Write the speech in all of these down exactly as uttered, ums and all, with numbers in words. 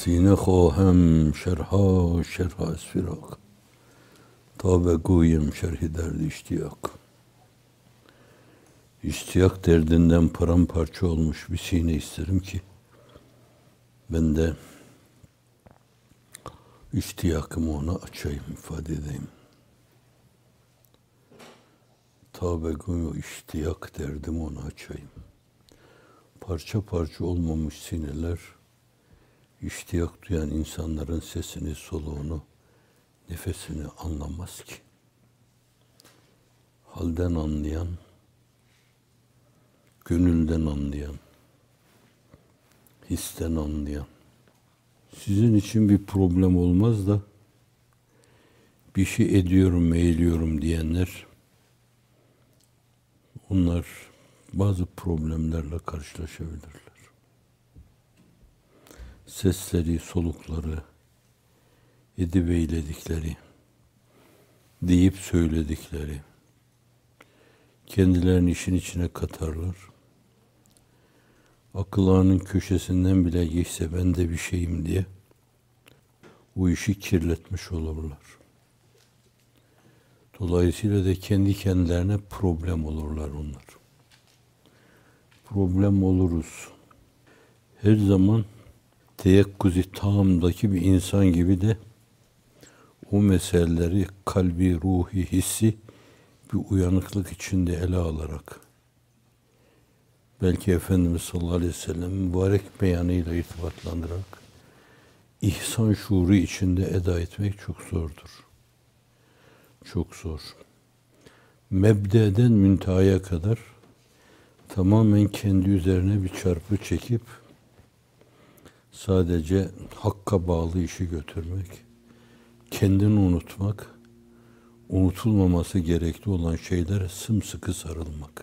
سینه خواهم شرها شرح از فراق تا بگویم şerhi derdi iştiyak. İştiyak derdinden paramparça olmuş bir sine isterim ki ben de iştiyakımı ona açayım, ifade edeyim. Ta begum iştiyak derdim ona açayım. Parça parça olmamış sineler, iştiyak duyan insanların sesini, soluğunu, nefesini anlamaz ki. Halden anlayan, gönülden anlayan, histen anlayan. Sizin için bir problem olmaz da bir şey ediyorum, eğiliyorum diyenler, onlar bazı problemlerle karşılaşabilirler. Sesleri, solukları, edip eyledikleri, deyip söyledikleri, kendilerini işin içine katarlar. Akıl ağının köşesinden bile geçse ben de bir şeyim diye bu işi kirletmiş olurlar. Dolayısıyla da kendi kendilerine problem olurlar onlar. Problem oluruz. Her zaman teyekkuzi tamdaki bir insan gibi de o meseleleri kalbi, ruhi, hissi bir uyanıklık içinde ele alarak belki Efendimiz sallallahu aleyhi ve sellem mübarek beyanıyla irtibatlandırarak ihsan şuuru içinde eda etmek çok zordur. Çok zor. Mebdeden müntehaya kadar tamamen kendi üzerine bir çarpı çekip sadece hakka bağlı işi götürmek, kendini unutmak, unutulmaması gerekli olan şeylere sımsıkı sarılmak.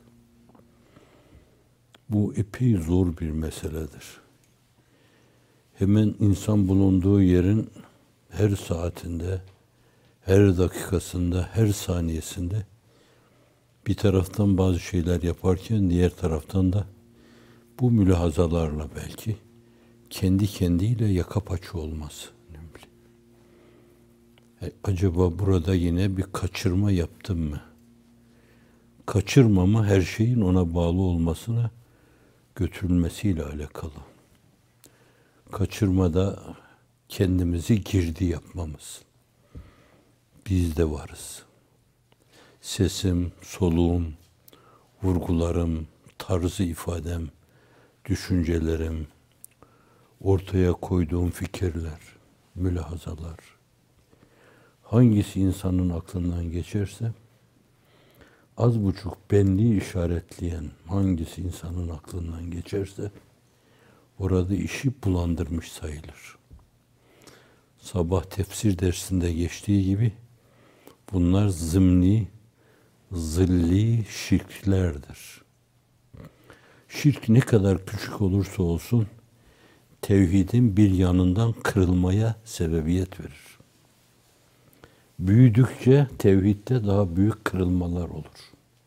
Bu epey zor bir meseledir. Hemen insan bulunduğu yerin her saatinde, her dakikasında, her saniyesinde bir taraftan bazı şeyler yaparken diğer taraftan da bu mülahazalarla belki kendi kendiyle yaka paça olması önemli. E, acaba burada yine bir kaçırma yaptım mı? Kaçırmama her şeyin ona bağlı olmasına götürülmesiyle alakalı. Kaçırmada kendimizi girdi yapmamız. Biz de varız. Sesim, soluğum, vurgularım, tarzı ifadem, düşüncelerim, ortaya koyduğum fikirler, mülahazalar, hangisi insanın aklından geçerse, az buçuk benliği işaretleyen hangisi insanın aklından geçerse, orada işi bulandırmış sayılır. Sabah tefsir dersinde geçtiği gibi, bunlar zımni, zilli şirklerdir. Şirk ne kadar küçük olursa olsun, tevhidin bir yanından kırılmaya sebebiyet verir. Büyüdükçe tevhidde daha büyük kırılmalar olur.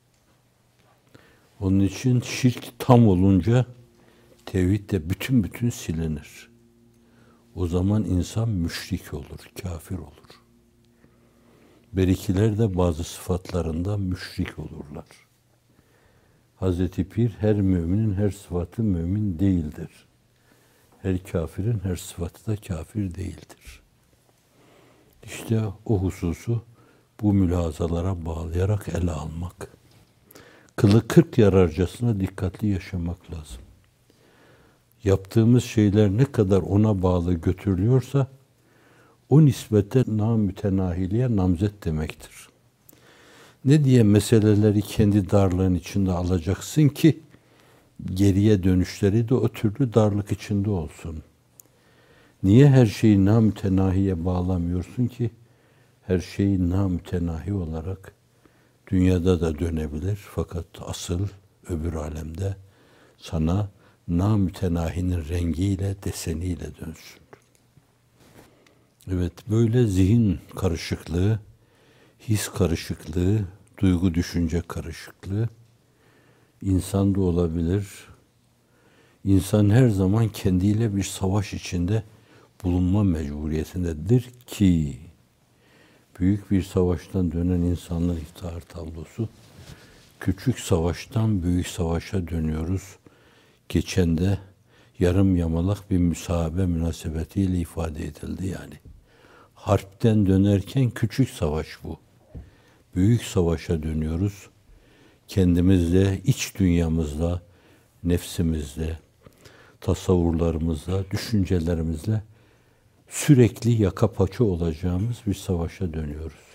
Onun için şirk tam olunca tevhid de bütün bütün silinir. O zaman insan müşrik olur, kafir olur. Berikiler de bazı sıfatlarında müşrik olurlar. Hazreti Pir her müminin her sıfatı mümin değildir. Her kafirin her sıfatı da kafir değildir. İşte o hususu bu mülahazalara bağlayarak ele almak. Kılı kırk yararcasına dikkatli yaşamak lazım. Yaptığımız şeyler ne kadar ona bağlı götürülüyorsa o nispette namütenahiliğe namzet demektir. Ne diye meseleleri kendi darlığın içinde alacaksın ki geriye dönüşleri de o türlü darlık içinde olsun. Niye her şeyi namütenahiye bağlamıyorsun ki her şey namütenahi olarak dünyada da dönebilir fakat asıl öbür alemde sana namütenahinin rengiyle, deseniyle dönsün. Evet, böyle zihin karışıklığı, his karışıklığı, duygu düşünce karışıklığı insanda olabilir. İnsan her zaman kendiyle bir savaş içinde bulunma mecburiyetindedir ki büyük bir savaştan dönen insanların iftihar tablosu, küçük savaştan büyük savaşa dönüyoruz. Geçen de yarım yamalak bir müsahabe münasebetiyle ifade edildi yani. Harpten dönerken küçük savaş bu. Büyük savaşa dönüyoruz. Kendimizle, iç dünyamızla, nefsimizle, tasavvurlarımızla, düşüncelerimizle sürekli yaka paça olacağımız bir savaşa dönüyoruz.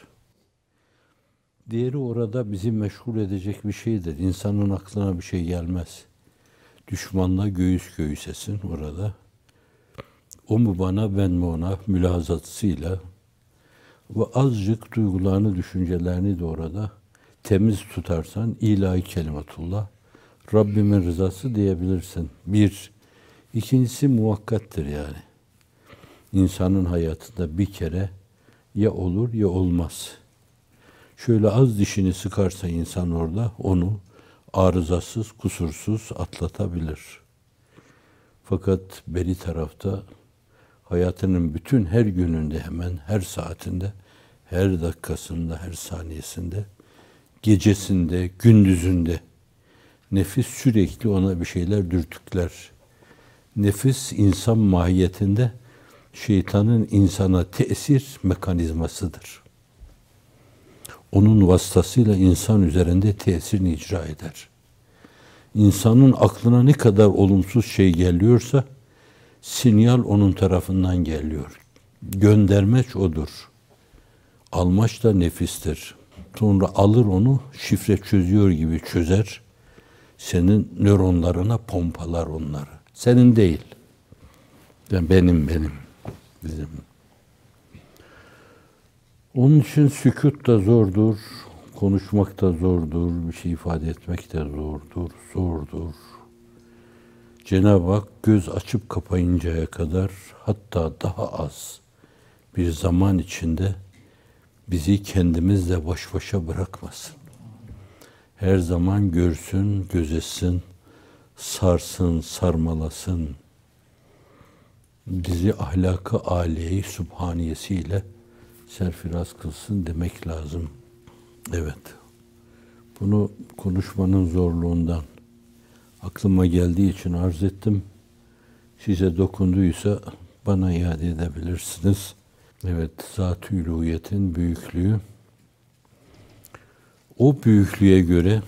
Diğeri orada bizi meşgul edecek bir şeydir. İnsanın aklına bir şey gelmez. Düşmanla göğüs göğüsesin orada. O mu bana, ben mi ona mülazatısıyla ve azıcık duygularını, düşüncelerini de orada temiz tutarsan ilahi kelimetullah, Rabbimin rızası diyebilirsin. Bir. İkincisi muvakkattır yani. İnsanın hayatında bir kere ya olur ya olmaz. Şöyle az dişini sıkarsa insan orada onu arızasız, kusursuz atlatabilir. Fakat beri tarafta hayatının bütün her gününde, hemen her saatinde, her dakikasında, her saniyesinde, gecesinde, gündüzünde nefis sürekli ona bir şeyler dürtükler. Nefis insan mahiyetinde şeytanın insana tesir mekanizmasıdır. Onun vasıtasıyla insan üzerinde tesirini icra eder. İnsanın aklına ne kadar olumsuz şey geliyorsa sinyal onun tarafından geliyor. Göndermeç odur. Almaç da nefistir. Sonra alır onu şifre çözüyor gibi çözer. Senin nöronlarına pompalar onları. Senin değil. Ben benim benim. Bizim. Onun için sükût da zordur, konuşmak da zordur, bir şey ifade etmek de zordur, zordur. Cenab-ı Hak göz açıp kapayıncaya kadar, hatta daha az bir zaman içinde bizi kendimizle baş başa bırakmasın. Her zaman görsün, gözetsin, sarsın, sarmalasın. Bizi ahlakı âliye-i sübhaniyesiyle serfiraz kılsın demek lazım. Evet. Bunu konuşmanın zorluğundan aklıma geldiği için arz ettim. Size dokunduysa bana iade edebilirsiniz. Evet, Zat-ı Uluhiyet'in büyüklüğü. O büyüklüğe göre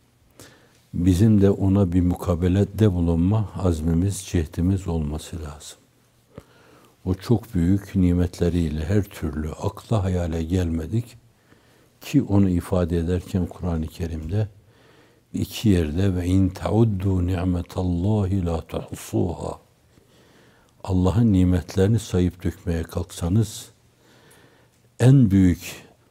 bizim de ona bir mukabelette bulunma azmimiz, cehdimiz olması lazım. O çok büyük nimetleriyle her türlü akla hayale gelmedik ki onu ifade ederken Kur'an-ı Kerim'de iki yerde ve in tauddu ni'metallahi la tuhsuha. Allah'ın nimetlerini sayıp dökmeye kalksanız en büyük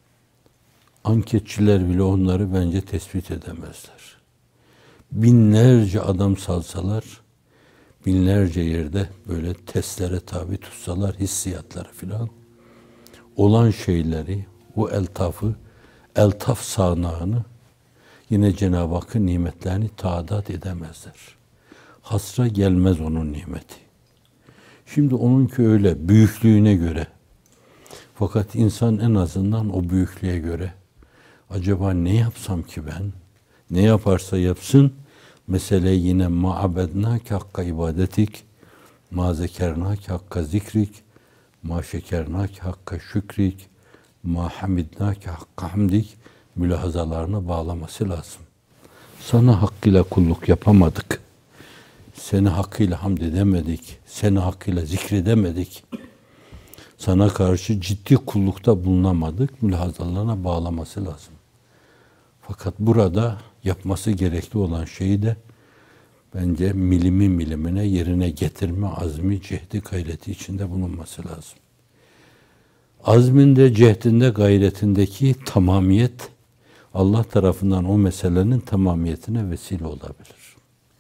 anketçiler bile onları bence tespit edemezler. Binlerce adam salsalar, binlerce yerde böyle testlere tabi tutsalar, hissiyatları filan, olan şeyleri, o eltafı, eltaf sağanağını, yine Cenab-ı Hakk'ın nimetlerini taadat edemezler. Hasra gelmez onun nimeti. Şimdi onunki öyle, büyüklüğüne göre. Fakat insan en azından o büyüklüğe göre, acaba ne yapsam ki ben? Ne yaparsa yapsın, mesele yine ma abednâke hakka ibadetik, ma zekernâke hakka zikrik, ma şekernâke hakka şükrik, ma hamidnâke hakka hamdik mülahazalarına bağlaması lazım. Sana hakkıyla kulluk yapamadık. Seni hakkıyla hamd edemedik. Seni hakkıyla zikredemedik. Sana karşı ciddi kullukta bulunamadık. Mülahazalarına bağlaması lazım. Fakat burada yapması gerekli olan şeyi de bence milimi milimine yerine getirme azmi, cehdi, gayreti içinde bulunması lazım. Azminde, cehdinde, gayretindeki tamamiyet Allah tarafından o meselenin tamamiyetine vesile olabilir.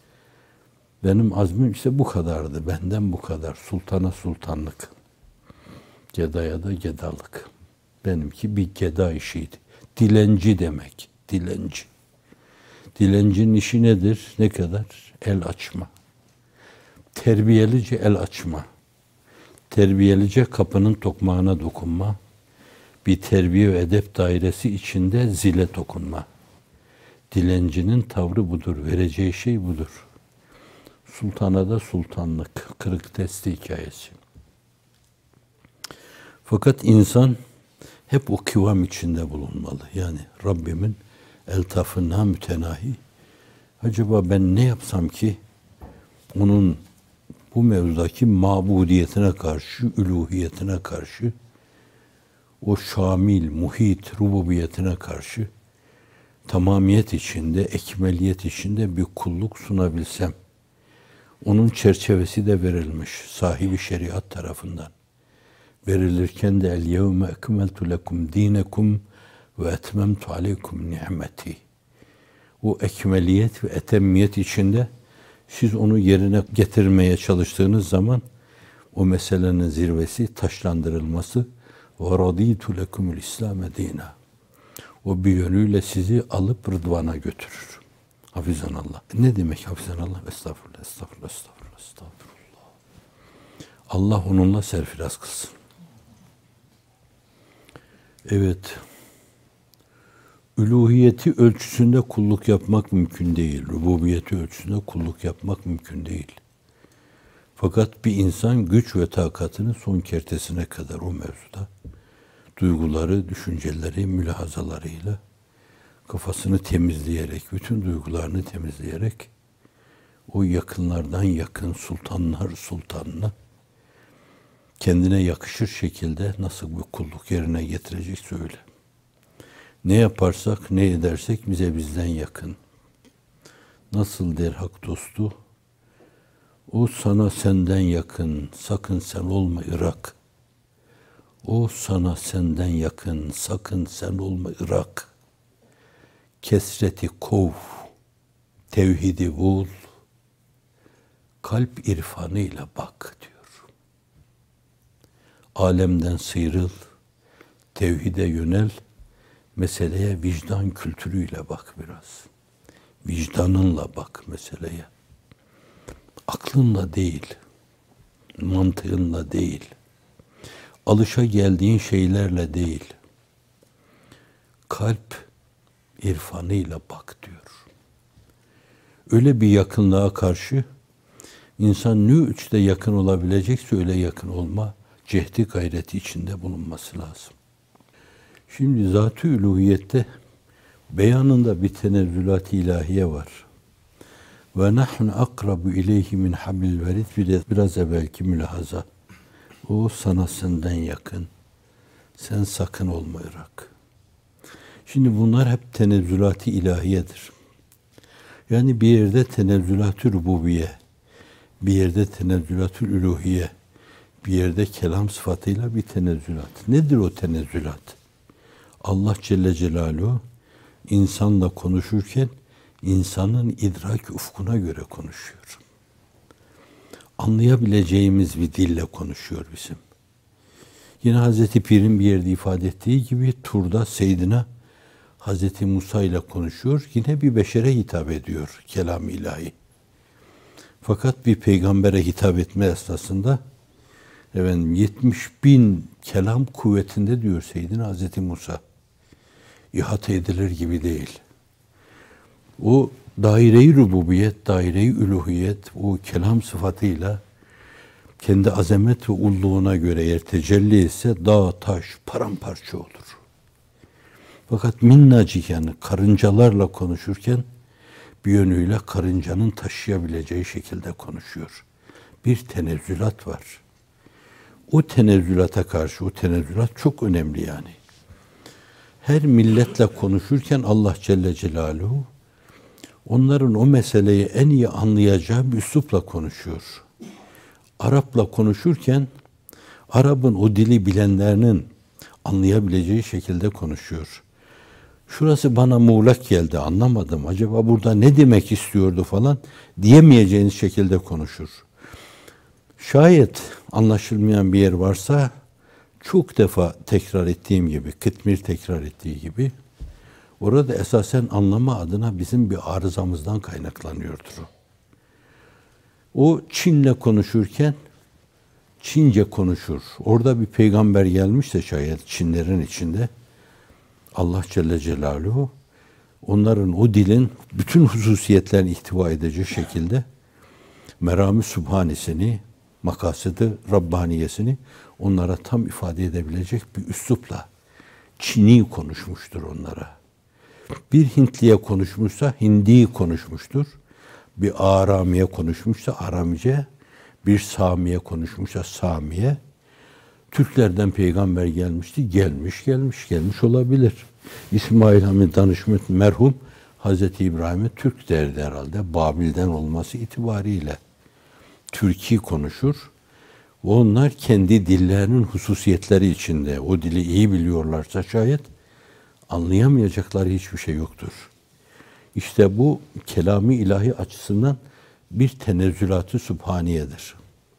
Benim azmim ise bu kadardı. Benden bu kadar. Sultana sultanlık. Gedaya da gedalık. Benimki bir geda işiydi. Dilenci demek. Dilenci. Dilencinin işi nedir? Ne kadar? El açma. Terbiyelice el açma. Terbiyelice kapının tokmağına dokunma. Bir terbiye ve edep dairesi içinde zile dokunma. Dilencinin tavrı budur, vereceği şey budur. Sultana da sultanlık, kırık testi hikayesi. Fakat insan hep o kıvam içinde bulunmalı. Yani Rabbimin eltafına mütenahi. Acaba ben ne yapsam ki onun bu mevzudaki mabudiyetine karşı, üluhiyetine karşı, o şamil, muhit, rububiyetine karşı tamamiyet içinde, ekmeliyet içinde bir kulluk sunabilsem. Onun çerçevesi de verilmiş sahibi şeriat tarafından. Verilirken de el yevme ekmeltu lekum dinekum ve etmemtu aleykum ni'meti. O ekmeliyet ve etemmiyet içinde siz onu yerine getirmeye çalıştığınız zaman o meselenin zirvesi taşlandırılması ve raditu lekumul İslam'e dina. O bir yönüyle sizi alıp rıdvana götürür. Hafizanallah. Ne demek hafizanallah? Estağfurullah, estağfurullah, estağfurullah, estağfurullah. Allah onunla serfiraz kılsın. Evet. Üluhiyeti ölçüsünde kulluk yapmak mümkün değil. Rububiyeti ölçüsünde kulluk yapmak mümkün değil. Fakat bir insan güç ve takatını son kertesine kadar o mevzuda duyguları, düşünceleri, mülahazalarıyla kafasını temizleyerek, bütün duygularını temizleyerek o yakınlardan yakın sultanlar sultanına kendine yakışır şekilde nasıl bir kulluk yerine getirecek söyle. Ne yaparsak, ne edersek bize bizden yakın. Nasıl der hak dostu? O sana senden yakın, sakın sen olma Irak. O sana senden yakın, sakın sen olma Irak. Kesreti kov, tevhidi bul, kalp irfanıyla bak diyor. Alemden sıyrıl, tevhide yönel, meseleye vicdan kültürüyle bak biraz. Vicdanınla bak meseleye. Aklınla değil, mantığınla değil, alışa geldiğin şeylerle değil, kalp irfanıyla bak diyor. Öyle bir yakınlığa karşı insan ne üçte yakın olabilecekse öyle yakın olma cehdi gayreti içinde bulunması lazım. Şimdi zat-ı üluhiyette beyanında bir tenezzülat-ı ilahiye var. Ve nahnu akrabu ileyhi min hablil verid. Bir de biraz evvelki mülahaza. O sana senden yakın. Sen sakın olma Irak. Şimdi bunlar hep tenezzülat-ı ilahiyedir. Yani bir yerde tenezzülat-ı rububiye, bir yerde tenezzülat-ı üluhiye, bir yerde kelam sıfatıyla bir tenezzülat. Nedir o tenezzülat? Allah Celle Celaluhu insanla konuşurken insanın idrak ufkuna göre konuşuyor. Anlayabileceğimiz bir dille konuşuyor bizim. Yine Hazreti Pir'in bir yerde ifade ettiği gibi Tur'da Seyyidina Hazreti Musa ile konuşuyor. Yine bir beşere hitap ediyor kelam-ı ilahi. Fakat bir peygambere hitap etme esnasında efendim yetmiş bin kelam kuvvetinde diyor Seyyidina Hazreti Musa. İhate edilir gibi değil. O daire-i rububiyet, daire-i üluhiyet, o kelam sıfatıyla kendi azamet ve ulluğuna göre eğer tecelli etse dağ, taş, paramparça olur. Fakat minnacık yani karıncalarla konuşurken bir yönüyle karıncanın taşıyabileceği şekilde konuşuyor. Bir tenezzülat var. O tenezzülata karşı, o tenezzülat çok önemli yani. Her milletle konuşurken Allah Celle Celaluhu onların o meseleyi en iyi anlayacağı bir üslupla konuşuyor. Arap'la konuşurken Arap'ın o dili bilenlerinin anlayabileceği şekilde konuşuyor. Şurası bana muğlak geldi, anlamadım. Acaba burada ne demek istiyordu falan diyemeyeceğiniz şekilde konuşur. Şayet anlaşılmayan bir yer varsa çok defa tekrar ettiğim gibi, Kıtmir tekrar ettiği gibi orada esasen anlama adına bizim bir arızamızdan kaynaklanıyordur. O Çin'le konuşurken Çince konuşur. Orada bir peygamber gelmişse şayet Çinlerin içinde, Allah Celle Celaluhu onların o dilin bütün hususiyetlerini ihtiva edecek şekilde meram-ı sübhanesini, makasıdı Rabbaniyesini onlara tam ifade edebilecek bir üslupla Çin'i konuşmuştur onlara. Bir Hintliye konuşmuşsa Hindi konuşmuştur. Bir Aramiye konuşmuşsa Aramice, bir Samiye konuşmuşsa Samiye. Türklerden peygamber gelmişti. Gelmiş, gelmiş, gelmiş olabilir. İsmail Hamid Danışmet merhum Hazreti İbrahim'e Türk derdi herhalde. Babil'den olması itibariyle. Türkî konuşur. Onlar kendi dillerinin hususiyetleri içinde o dili iyi biliyorlarsa şayet anlayamayacakları hiçbir şey yoktur. İşte bu kelam-ı ilahi açısından bir tenezzülat-ı sübhaniyedir.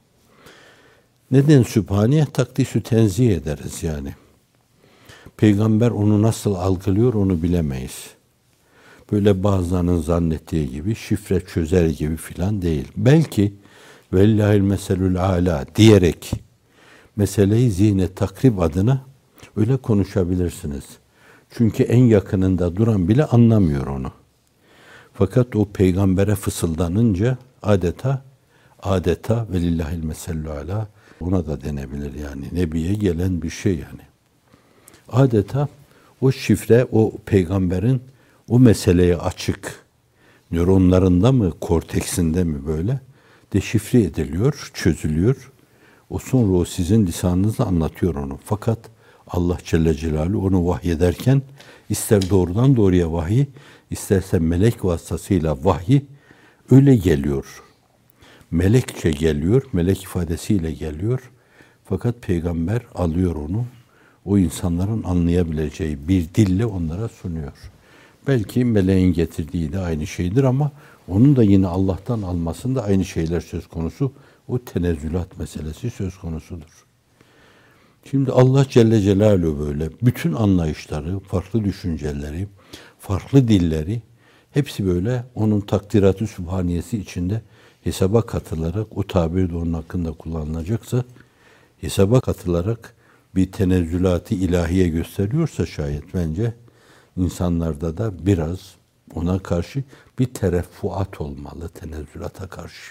Neden sübhaniye? Takdis-ü tenzih ederiz yani. Peygamber onu nasıl algılıyor onu bilemeyiz. Böyle bazılarının zannettiği gibi şifre çözer gibi filan değil. Belki vellahil meselül ala diyerek meseleyi zihne takrib adına öyle konuşabilirsiniz. Çünkü en yakınında duran bile anlamıyor onu. Fakat o peygambere fısıldanınca adeta adeta velillahil meselül ala ona da denebilir yani. Nebiye gelen bir şey yani. Adeta o şifre o peygamberin o meseleye açık nöronlarında mı, korteksinde mi böyle deşifre ediliyor, çözülüyor. O sonra o sizin lisanınızla anlatıyor onu. Fakat Allah Celle Celaluhu onu vahyederken ister doğrudan doğruya vahiy, isterse melek vasıtasıyla vahiy öyle geliyor. Melekçe geliyor, melek ifadesiyle geliyor. Fakat peygamber alıyor onu, o insanların anlayabileceği bir dille onlara sunuyor. Belki meleğin getirdiği de aynı şeydir ama onun da yine Allah'tan almasında aynı şeyler söz konusu. O tenezzülat meselesi söz konusudur. Şimdi Allah Celle Celaluhu böyle bütün anlayışları, farklı düşünceleri, farklı dilleri hepsi böyle onun takdirat-ı sübhaniyesi içinde hesaba katılarak, o tabir de onun hakkında kullanılacaksa hesaba katılarak bir tenezzülat-ı ilahiye gösteriyorsa şayet bence insanlarda da biraz ona karşı bir tereffuat olmalı tenezzülata karşı.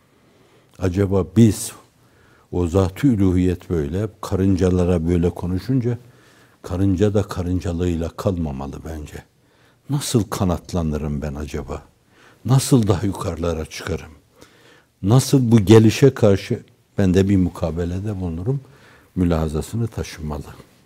Acaba biz o zat-ı üluhiyet böyle karıncalara böyle konuşunca karınca da karıncalığıyla kalmamalı bence. Nasıl kanatlanırım ben acaba? Nasıl daha yukarılara çıkarım? Nasıl bu gelişe karşı ben de bir mukabelede bulunurum? Mülahazasını taşımalı.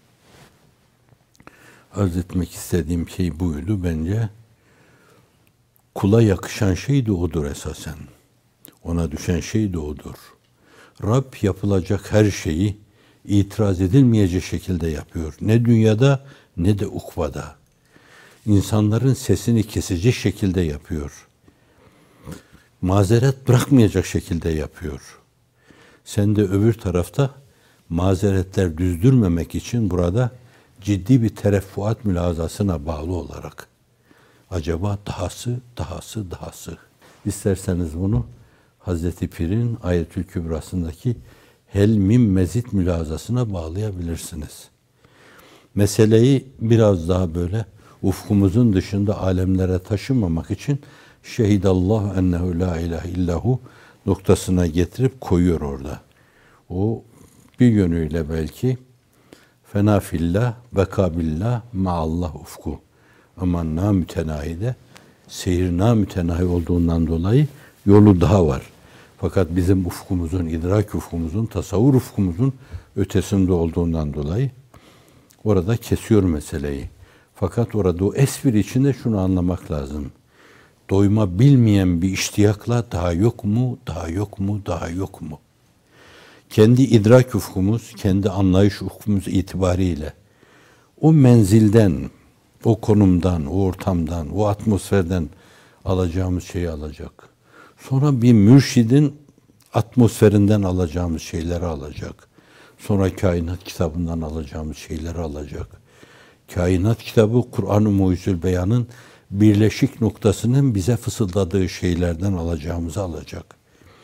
Arz etmek istediğim şey buydu bence. Kula yakışan şey de odur esasen. Ona düşen şey de odur. Rab yapılacak her şeyi itiraz edilmeyecek şekilde yapıyor. Ne dünyada ne de ukvada. İnsanların sesini kesecek şekilde yapıyor. Mazeret bırakmayacak şekilde yapıyor. Sen de öbür tarafta mazeretler düzdürmemek için burada ciddi bir tereffuat mülazasına bağlı olarak acaba dahası, dahası, dahası. İsterseniz bunu Hazreti Pir'in Ayetül Kübrası'ndaki hel mim mezit mülazasına bağlayabilirsiniz. Meseleyi biraz daha böyle ufkumuzun dışında alemlere taşımamak için şehidallahu ennehu la ilahe illahu noktasına getirip koyuyor orada. O bir yönüyle belki fena fillah ve kabillah maallah ufku. Ama namütenahide seyir namütenahi olduğundan dolayı yolu daha var. Fakat bizim ufkumuzun, idrak ufkumuzun, tasavvur ufkumuzun ötesinde olduğundan dolayı orada kesiyor meseleyi. Fakat orada o espri içinde şunu anlamak lazım. Doyma bilmeyen bir iştiyakla daha yok mu, daha yok mu, daha yok mu? Kendi idrak ufkumuz, kendi anlayış ufkumuz itibariyle o menzilden, o konumdan, o ortamdan, o atmosferden alacağımız şeyi alacak. Sonra bir mürşidin atmosferinden alacağımız şeyleri alacak. Sonra kainat kitabından alacağımız şeyleri alacak. Kainat kitabı Kur'an-ı Mucizül Beyan'ın birleşik noktasının bize fısıldadığı şeylerden alacağımızı alacak.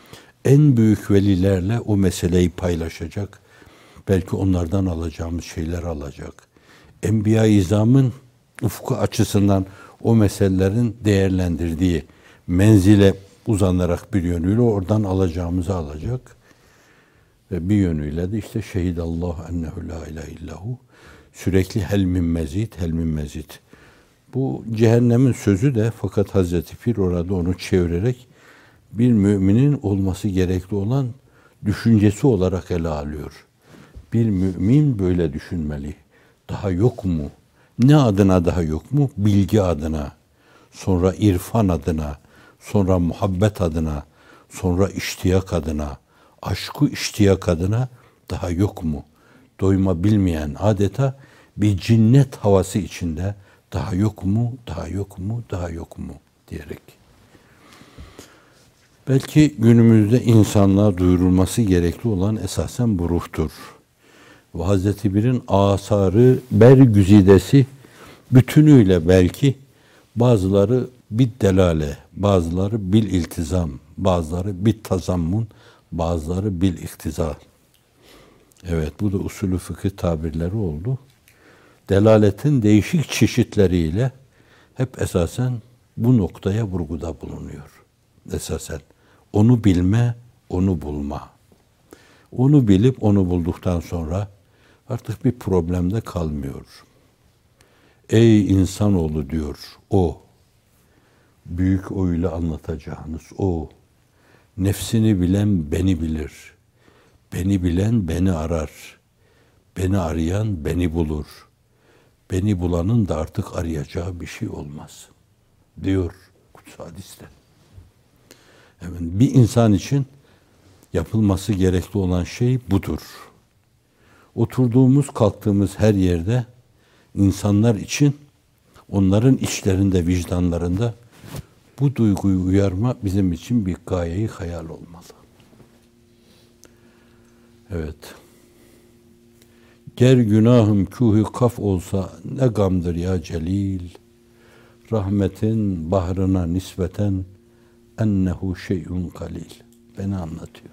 en büyük velilerle o meseleyi paylaşacak. Belki onlardan alacağımız şeyler alacak. Enbiya-i İzam'ın ufku açısından o meselelerin değerlendirdiği menzile uzanarak bir yönüyle oradan alacağımızı alacak. Ve bir yönüyle de işte şehidallahu ennehu la ilahe illahu, sürekli hel min mezid, hel min mezid. Bu cehennemin sözü de, fakat Hazreti Pir orada onu çevirerek bir müminin olması gerekli olan düşüncesi olarak ele alıyor. Bir mümin böyle düşünmeli. Daha yok mu? Ne adına daha yok mu? Bilgi adına, sonra irfan adına, sonra muhabbet adına, sonra iştiyak adına, aşkı iştiyak adına daha yok mu? Doyma bilmeyen adeta bir cinnet havası içinde daha yok mu, daha yok mu, daha yok mu diyerek. Belki günümüzde insanlığa duyurulması gerekli olan esasen bu ruhtur. Ve Hazreti Bir'in asarı, bergüzidesi bütünüyle belki bazıları bir delale, bazıları bil iltizam, bazıları bir tazammun, bazıları bil iktizar. Evet, bu da usulü fıkıh tabirleri oldu. Delaletin değişik çeşitleriyle hep esasen bu noktaya vurguda bulunuyor. Esasen onu bilme, onu bulma. Onu bilip onu bulduktan sonra artık bir problemde kalmıyor. Ey insanoğlu diyor o, büyük o ile anlatacağınız o, nefsini bilen beni bilir, beni bilen beni arar, beni arayan beni bulur, beni bulanın da artık arayacağı bir şey olmaz diyor kutsal hadiste. Evet, bir insan için yapılması gerekli olan şey budur. Oturduğumuz, kalktığımız her yerde insanlar için, onların içlerinde, vicdanlarında bu duyguyu uyarma bizim için bir gayeyi hayal olmalı. Evet. Ger günahım kûhü kaf olsa ne gamdır ya celil. Rahmetin bahrına nispeten ennehu şey'un kalil. Beni anlatıyor.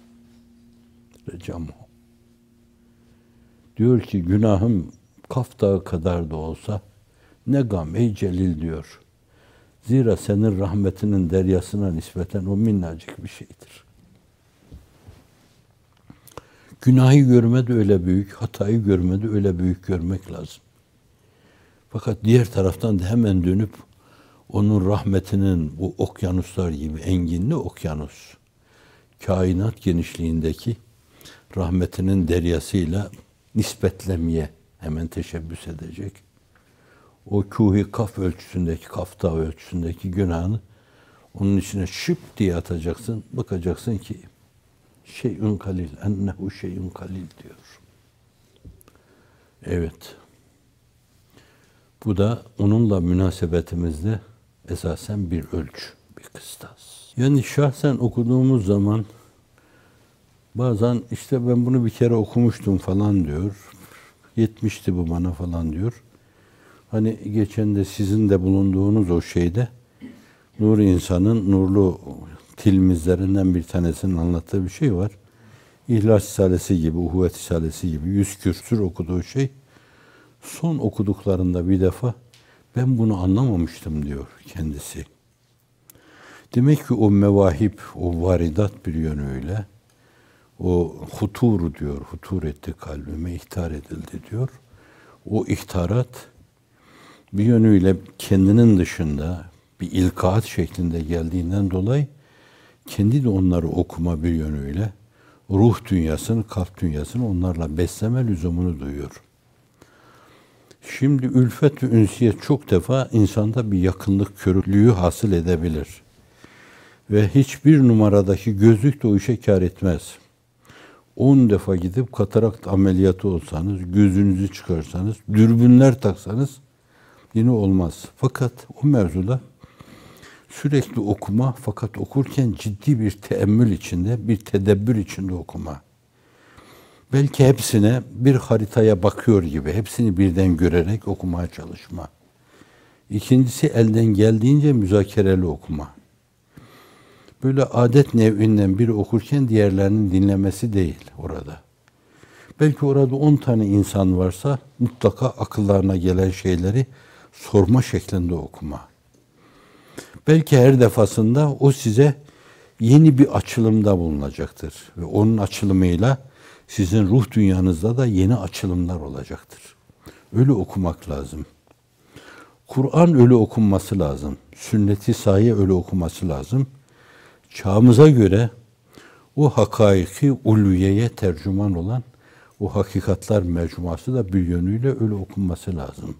Recam o. Diyor ki günahım Kaf Dağı kadar da olsa ne gam ey celil diyor. Zira senin rahmetinin deryasına nispeten o minnacık bir şeydir. Günahı görmede öyle büyük, hatayı görmede öyle büyük görmek lazım. Fakat diğer taraftan da hemen dönüp onun rahmetinin bu okyanuslar gibi enginli okyanus, kainat genişliğindeki rahmetinin deryasıyla nispetlemeye hemen teşebbüs edecek. O kûh-i kaf ölçüsündeki, Kaf Dağı ölçüsündeki günahını onun içine şıp diye atacaksın. Bakacaksın ki şey'ün kalil, ennehu şey'ün kalil diyor. Evet. Bu da onunla münasebetimizde esasen bir ölçü, bir kıstas. Yani şahsen okuduğumuz zaman bazen işte ben bunu bir kere okumuştum falan diyor. Yetmişti bu bana falan diyor. Hani geçen de sizin de bulunduğunuz o şeyde Nur İnsan'ın nurlu tilmizlerinden bir tanesinin anlattığı bir şey var. İhlas Risalesi gibi, Uhuvvet Risalesi gibi yüz küsur okuduğu şey son okuduklarında bir defa ben bunu anlamamıştım diyor kendisi. Demek ki o mevahip, o varidat bir yönüyle o huturu diyor, hutur etti kalbime, ihtar edildi diyor. O ihtarat bir yönüyle kendinin dışında bir ilkaat şeklinde geldiğinden dolayı kendi de onları okuma bir yönüyle ruh dünyasını, kalp dünyasını onlarla besleme lüzumunu duyuyor. Şimdi ülfet ve ünsiyet çok defa insanda bir yakınlık körüklüğü hasıl edebilir. Ve hiçbir numaradaki gözlük de o işe kâr etmez. On defa gidip katarakt ameliyatı olsanız, gözünüzü çıkarsanız, dürbünler taksanız yine olmaz. Fakat o mevzuda sürekli okuma, fakat okurken ciddi bir teemmül içinde, bir tedebbür içinde okuma. Belki hepsine bir haritaya bakıyor gibi, hepsini birden görerek okumaya çalışma. İkincisi elden geldiğince müzakereli okuma. böyle adet nevinden biri okurken diğerlerinin dinlemesi değil orada. Belki orada on tane insan varsa mutlaka akıllarına gelen şeyleri sorma şeklinde okuma. Belki her defasında o size yeni bir açılımda bulunacaktır. Ve onun açılımıyla sizin ruh dünyanızda da yeni açılımlar olacaktır. Öyle okumak lazım. Kur'an öyle okunması lazım. Sünnet-i sahiye öyle okuması lazım. Çağımıza göre o hakaiki ulviyeye tercüman olan o hakikatlar mecmuası da bir yönüyle öyle okunması lazım.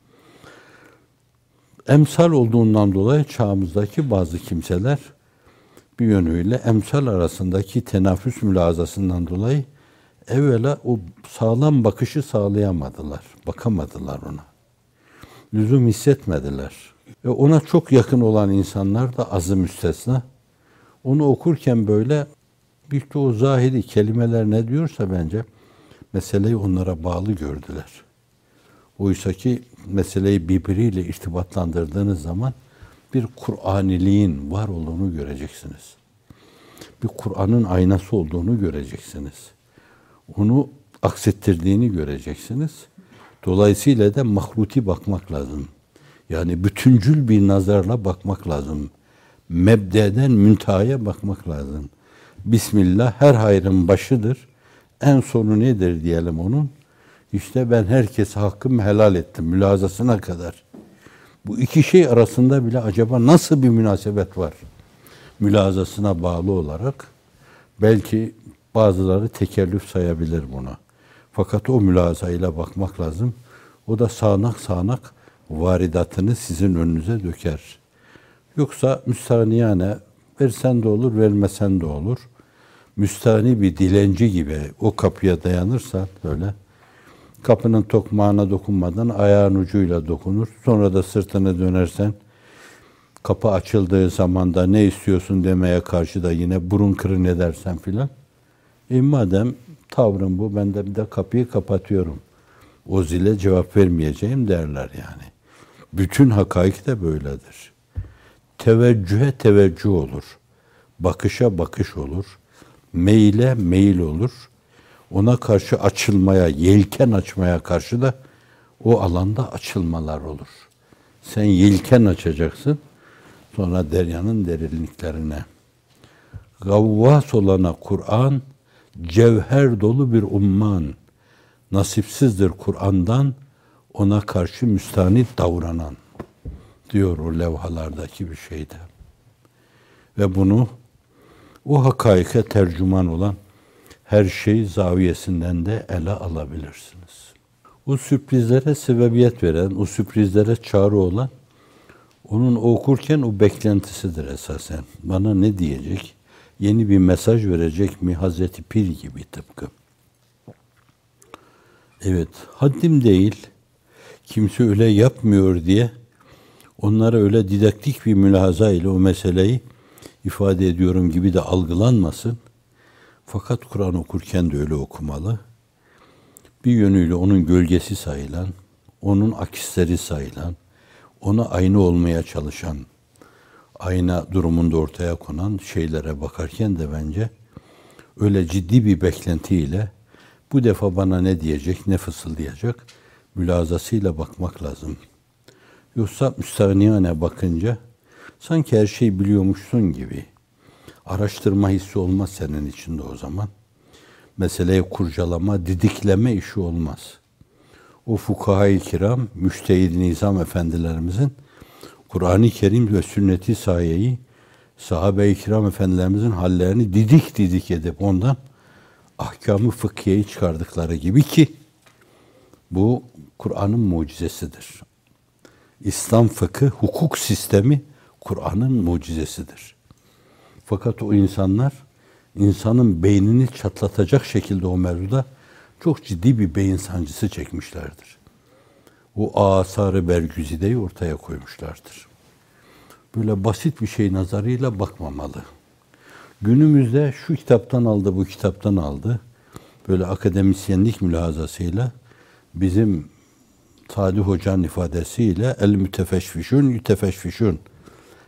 Emsal olduğundan dolayı çağımızdaki bazı kimseler bir yönüyle emsal arasındaki tenafüs mülazasından dolayı evvela o sağlam bakışı sağlayamadılar. Bakamadılar ona. Lüzum hissetmediler. Ve ona çok yakın olan insanlar da azı müstesna. Onu okurken böyle bir de o zahiri kelimeler ne diyorsa bence meseleyi onlara bağlı gördüler. Oysa ki meseleyi birbiriyle irtibatlandırdığınız zaman bir Kur'aniliğin var olduğunu göreceksiniz. Bir Kur'an'ın aynası olduğunu göreceksiniz. Onu aksettirdiğini göreceksiniz. Dolayısıyla da mahruti bakmak lazım. Yani bütüncül bir nazarla bakmak lazım. Mebdeden müntehaya bakmak lazım. Bismillah her hayrın başıdır. En sonu nedir diyelim onun? İşte ben herkese hakkımı helal ettim mülazasına kadar. Bu iki şey arasında bile acaba nasıl bir münasebet var? Mülazasına bağlı olarak belki bazıları tekellüf sayabilir buna. Fakat o mülazayla bakmak lazım. O da sağanak sağanak varidatını sizin önünüze döker. Yoksa müstaniyane versen de olur, vermesen de olur. Müstani bir dilenci gibi o kapıya dayanırsan böyle kapının tokmağına dokunmadan ayağın ucuyla dokunur. Sonra da sırtını dönersen kapı açıldığı zaman da ne istiyorsun demeye karşı da yine burun kırın edersen filan. E madem tavrım bu, ben de bir de kapıyı kapatıyorum. O zile cevap vermeyeceğim derler yani. Bütün hakaik de böyledir. Teveccühe teveccüh olur. Bakışa bakış olur. Meyle meyil olur. Ona karşı açılmaya, yelken açmaya karşı da o alanda açılmalar olur. Sen yelken açacaksın, sonra deryanın derinliklerine. Gavvas olana Kur'an, cevher dolu bir umman. Nasipsizdir Kur'an'dan ona karşı müstani davranan, diyor o levhalardaki bir şeyde. Ve bunu o hakaike tercüman olan her şey zaviyesinden de ele alabilirsiniz. O sürprizlere sebebiyet veren, o sürprizlere çağrı olan, onun okurken o beklentisidir esasen. Bana ne diyecek? Yeni bir mesaj verecek mi? Hazreti Pir gibi tıpkı. Evet, haddim değil, kimse öyle yapmıyor diye onlara öyle didaktik bir mülahaza ile o meseleyi ifade ediyorum gibi de algılanmasın. Fakat Kur'an okurken de öyle okumalı. Bir yönüyle onun gölgesi sayılan, onun akisleri sayılan, ona aynı olmaya çalışan, ayna durumunda ortaya konan şeylere bakarken de bence öyle ciddi bir beklentiyle bu defa bana ne diyecek, ne fısıldayacak mülazasıyla bakmak lazım. Yoksa müstahniyane bakınca sanki her şeyi biliyormuşsun gibi. Araştırma hissi olmaz senin içinde o zaman. Meseleyi kurcalama, didikleme işi olmaz. O fukaha-i kiram, müştehid nizam efendilerimizin Kur'an-ı Kerim ve sünnet-i sahiyeyi, sahabe-i kiram efendilerimizin hallerini didik didik edip ondan ahkamı fıkhiyeyi çıkardıkları gibi ki bu Kur'an'ın mucizesidir. İslam fıkı, hukuk sistemi Kur'an'ın mucizesidir. Fakat o insanlar insanın beynini çatlatacak şekilde o mevzuda çok ciddi bir beyin sancısı çekmişlerdir. O asar-ı bergüzideyi ortaya koymuşlardır. Böyle basit bir şey nazarıyla bakmamalı. Günümüzde şu kitaptan aldı, bu kitaptan aldı. Böyle akademisyenlik mülahazasıyla bizim Salih Hoca'nın ifadesiyle el mütefeşfişün yütefeşfişün.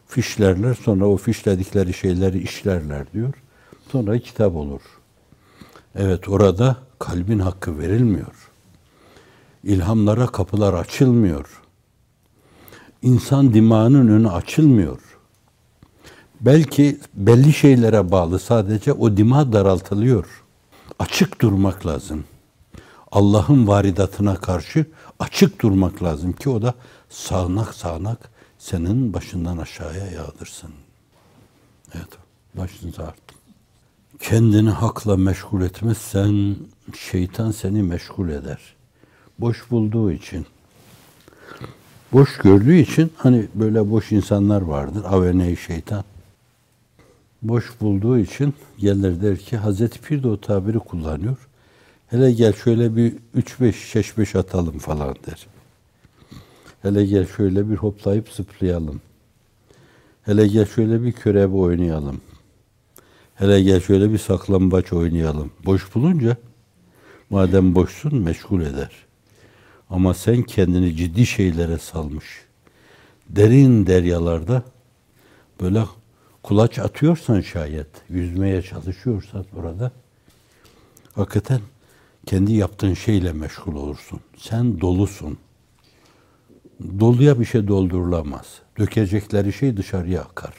Fişlerler, sonra o fişledikleri şeyleri işlerler diyor. Sonra kitap olur. Evet, orada kalbin hakkı verilmiyor. İlhamlara kapılar açılmıyor. İnsan dimağının önü açılmıyor. Belki belli şeylere bağlı sadece o dimağ daraltılıyor. Açık durmak lazım. Allah'ın varidatına karşı açık durmak lazım ki o da sağanak sağanak senin başından aşağıya yağdırsın. Evet, başınıza artık. Kendini hakla meşgul etmezsen şeytan seni meşgul eder. Boş bulduğu için, boş gördüğü için, hani böyle boş insanlar vardır, avene-i şeytan. Boş bulduğu için gelir der ki, Hazreti Pir de o tabiri kullanıyor. Hele gel şöyle bir üç beş şeş beş atalım falan der. Hele gel şöyle bir hoplayıp zıplayalım. Hele gel şöyle bir körebe oynayalım. Hele gel şöyle bir saklambaç oynayalım. Boş bulunca, madem boşsun, meşgul eder. Ama sen kendini ciddi şeylere salmış, derin deryalarda böyle kulaç atıyorsan şayet, yüzmeye çalışıyorsan orada, hakikaten kendi yaptığın şeyle meşgul olursun. Sen dolusun. Doluya bir şey doldurulamaz. Dökecekleri şey dışarıya akar.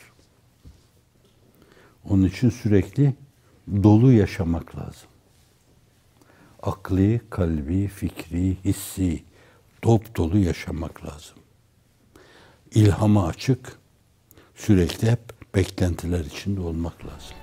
Onun için sürekli dolu yaşamak lazım. Akli, kalbi, fikri, hissi dop dolu yaşamak lazım. İlhama açık, sürekli hep beklentiler içinde olmak lazım.